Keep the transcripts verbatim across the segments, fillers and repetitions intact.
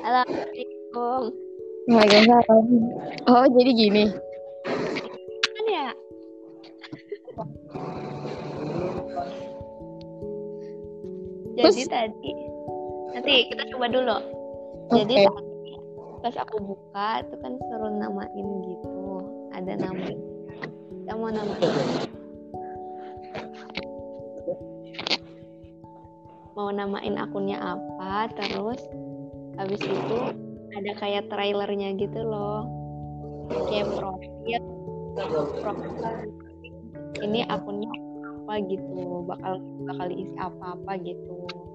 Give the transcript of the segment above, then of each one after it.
Assalamualaikum. Waalaikumsalam. Oh, jadi gini. Kan ya? Jadi Terus, tadi, nanti kita coba dulu. Jadi oke. tadi pas aku buka itu kan suruh namain gitu. Ada nama. Kita mau namain. Mau namain akunnya apa? Terus habis itu ada kayak trailernya gitu loh. Kayak profil, profil. Ini akunnya apa gitu, bakal bakal isi apa-apa gitu.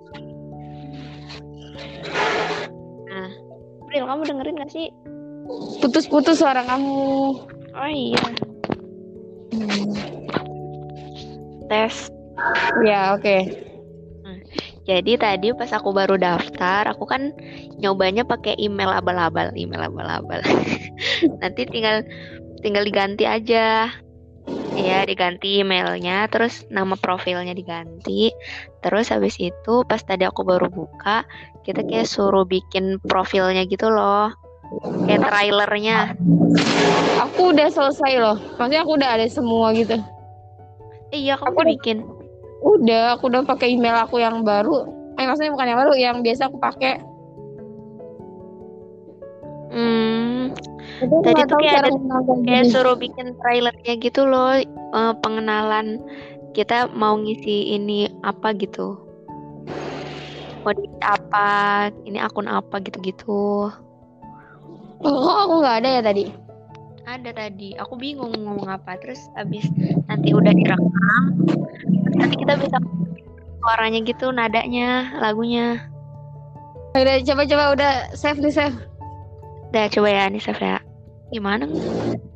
Nah, April, kamu dengerin gak sih? Putus-putus suara kamu. Oh iya. Hmm. Tes. Ya, oke. Nah, jadi tadi pas aku baru daftar, aku kan nyobanya pakai email abal-abal, email abal-abal. Nanti tinggal tinggal diganti aja. Ya, diganti emailnya, terus nama profilnya diganti. Terus habis itu pas tadi aku baru buka, kita kayak suruh bikin profilnya gitu loh. Kayak trailernya. Aku udah selesai loh. Maksudnya aku udah ada semua gitu. Eh, iya, kamu Aku udah udah, bikin. udah, aku udah pakai email aku yang baru. Eh, maksudnya bukan yang baru, yang biasa aku pakai. Hmm, Tapi aku tadi nggak tuh tahu kayak cara ada mengenalkan kayak gini. suruh bikin trailernya gitu loh, eh, pengenalan kita mau ngisi ini apa gitu. Mau diisi apa, ini akun apa gitu-gitu. Oh, kok aku nggak ada ya tadi? Ada tadi, aku bingung ngomong apa. Terus abis nanti udah direkam, terus nanti kita bisa suaranya gitu, nadanya, lagunya. Udah, coba-coba udah save nih, save. Udah coba ya, nih Saf ya. Gimana?